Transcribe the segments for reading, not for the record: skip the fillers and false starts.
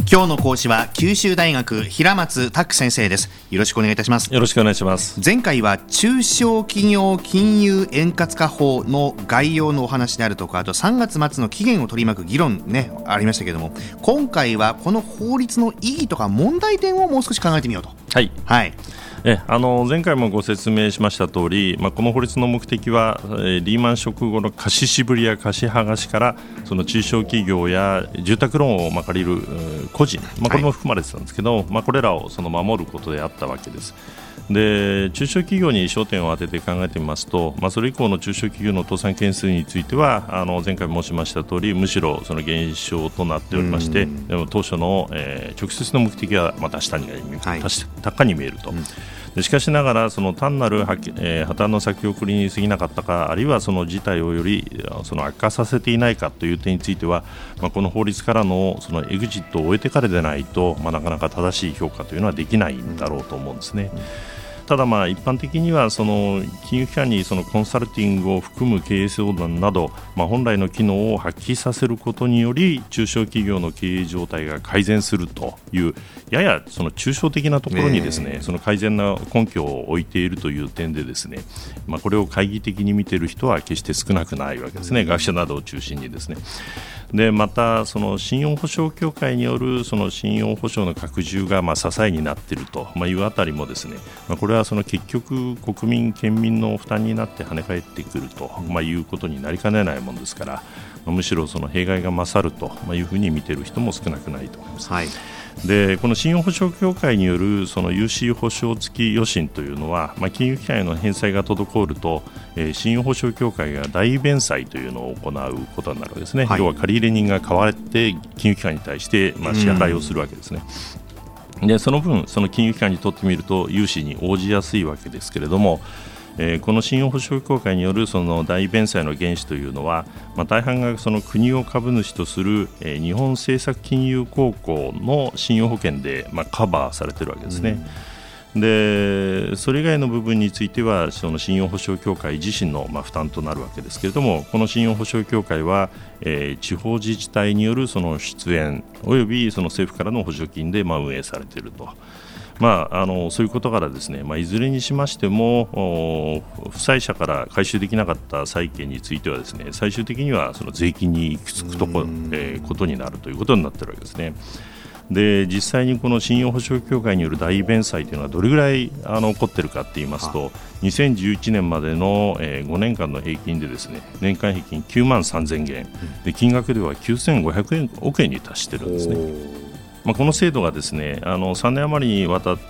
今日の講師は九州大学平松卓先生です。よろしくお願いいたします。 よろしくお願いします。 前回は中小企業金融円滑化法の概要のお話であるとか、あと3月末の期限を取り巻く議論ね、ありましたけれども、今回はこの法律の意義とか問題点をもう少し考えてみようと。 はい、 はい。 前回もご説明しました通り、この法律の目的は、リーマンショック後の貸し渋りや貸し剥がしからその中小企業や住宅ローンを借りる個人、これも含まれてたんですけど、これらを守ることであったわけです。で、中小企業に焦点を当てて考えてみますと、それ以降の中小企業の倒産件数については前回申しました通り、むしろその減少となっておりまして、でも当初の、直接の目的は高に見えると。でしかしながら、その単なる破綻の先送りに過ぎなかったか、あるいはその事態をより悪化させていないかという点については、この法律からのそのエグジットを終えてからでないと、なかなか正しい評価というのはできないんだろうと思うんですね。ただ一般的にはその金融機関にそのコンサルティングを含む経営相談など、本来の機能を発揮させることにより中小企業の経営状態が改善するというややその抽象的なところにですね、その改善の根拠を置いているという点でですね、これを懐疑的に見ている人は決して少なくないわけですね。学者などを中心にですね。でまたその信用保証協会によるその信用保証の拡充が支えになっているというあたりもですね、これはその結局国民県民の負担になって跳ね返ってくるということになりかねないものですから、むしろその弊害が勝るというふうに見ている人も少なくないと思います。はい。でこの信用保証協会によるその融資保証付き予診というのは、金融機関への返済が滞ると、信用保証協会が代弁済というのを行うことになるわけですね。はい、要は借入人が代わって金融機関に対して支払いをするわけですね。でその分、その金融機関にとってみると融資に応じやすいわけですけれども、この信用保証協会によるその代弁済の原資というのは、大半がその国を株主とする、日本政策金融公庫の信用保険で、カバーされているわけですね。でそれ以外の部分についてはその信用保証協会自身の負担となるわけですけれども、この信用保証協会は、地方自治体によるその出演およびその政府からの補助金で運営されていると。そういうことからですね、いずれにしましても負債者から回収できなかった債権についてはですね、最終的にはその税金に行き着くことになるということになっているわけですね。で実際にこの信用保証協会による代弁済というのはどれぐらい起こっているかといいますと、2011年までの5年間の平均でですね、年間平均9万3000元で、金額では9500億円に達しているんですね。この制度がですね、3年余りにわたって、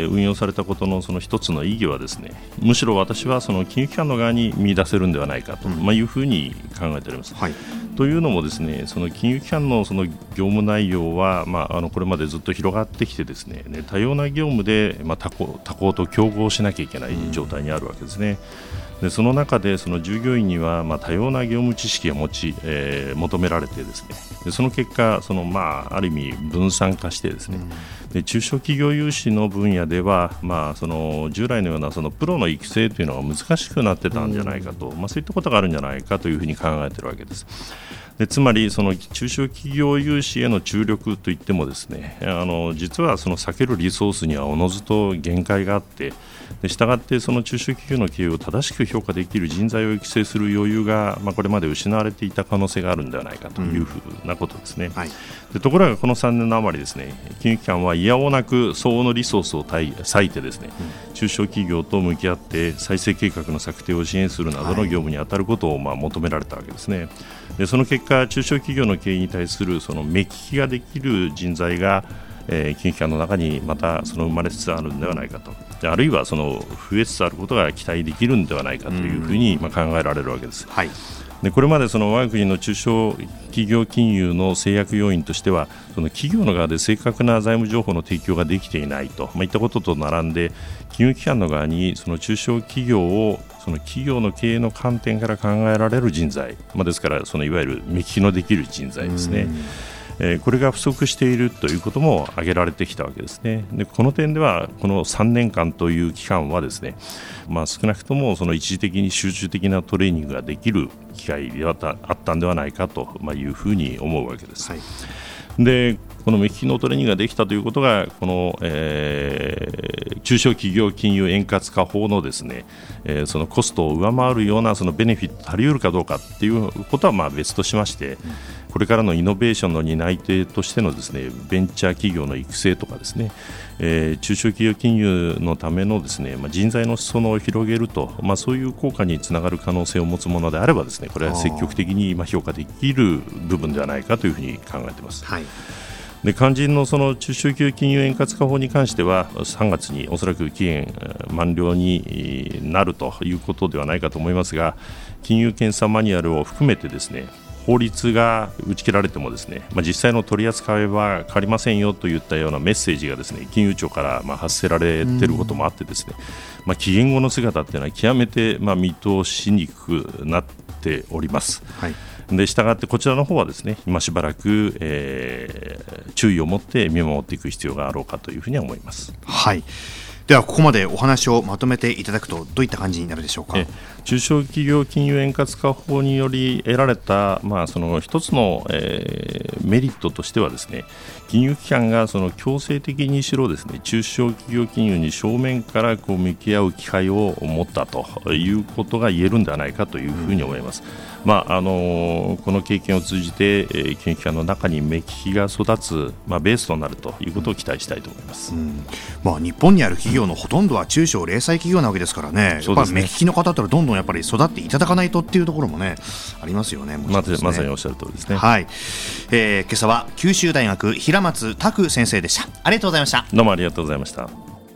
運用されたことのその一つの意義はですね、むしろ私はその金融機関の側に見出せるんではないかと、いうふうに考えております。はい。というのもですね、その金融機関のその業務内容は、これまでずっと広がってきてですね、多様な業務で、他行と競合しなきゃいけない状態にあるわけですね。でその中でその従業員には多様な業務知識を求められてですね、でその結果ある意味分散化してですね、で中小企業融資の分野では、その従来のようなそのプロの育成というのが難しくなってたんじゃないかと、そういったことがあるんじゃないかというふうに考えているわけです。でつまりその中小企業融資への注力といってもですね、実はその避けるリソースにはおのずと限界があって、したがってその中小企業の経営を正しく評価できる人材を育成する余裕が、これまで失われていた可能性があるんではないかというふうなことですね。はい。でところがこの3年の余りですね、金融機関はいやおうなく相応のリソースを割いてですね、中小企業と向き合って再生計画の策定を支援するなどの業務に当たることを求められたわけですね。でその結果、中小企業の経営に対するその目利きができる人材が金融機関の中にまたその生まれつつあるのではないかと、あるいはその増えつつあることが期待できるのではないかというふうに考えられるわけです。はい。でこれまでその我が国の中小企業金融の制約要因としては、その企業の側で正確な財務情報の提供ができていないといったことと並んで、金融機関の側にその中小企業をその企業の経営の観点から考えられる人材、ですからそのいわゆる目利きのできる人材ですね、これが不足しているということも挙げられてきたわけですね。でこの点ではこの3年間という期間はですね、少なくともその一時的に集中的なトレーニングができる機会であったんではないかというふうに思うわけです。はい。でこの目利きのトレーニングができたということがこの、中小企業金融円滑化法のですね、そのコストを上回るようなそのベネフィット足りうるかどうかっていうことはまあ別としまして、これからのイノベーションの担い手としてのですねベンチャー企業の育成とかですね、中小企業金融のためのですね、人材の裾野を広げると、そういう効果につながる可能性を持つものであればですね、これは積極的に評価できる部分ではないかというふうに考えています。 はい、 で肝心のその中小企業金融円滑化法に関しては3月におそらく期限満了になるということではないかと思いますが、金融検査マニュアルを含めてですね法律が打ち切られてもですね、実際の取り扱いは変わりませんよといったようなメッセージがですね金融庁から発せられていることもあってですね、期限後の姿っていうのは極めて見通しにくくなっております。はい、でしたがってこちらの方はですね今しばらく、注意を持って見守っていく必要があろうかというふうには思います。 はい、ではここまでお話をまとめていただくとどういった感じになるでしょうか。 中小企業金融円滑化法により得られた、その一つの、メリットとしてはですね、金融機関がその強制的にしろですね中小企業金融に正面から向き合う機会を持ったということが言えるんではないかというふうに思います。この経験を通じて、金融機関の中に目利きが育つ、ベースとなるということを期待したいと思います。 日本にある企業のほとんどは中小零細企業なわけですからね、やっぱり目利きの方ってどんどんやっぱり育っていただかないとっていうところもねありますよね。 まさにおっしゃる通りですね。 はい、今朝は九州大学平松卓先生でした。ありがとうございました。 どうもありがとうございました。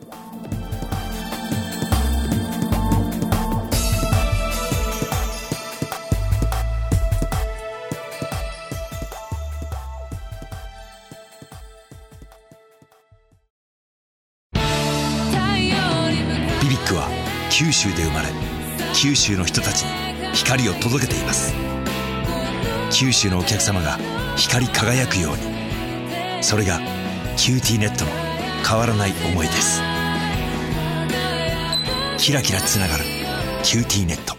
ビビックは九州で生まれ九州の人たちに光を届けています。九州のお客様が光り輝くように、それがキューティーネットの変わらない思いです。キラキラつながるキューティーネット。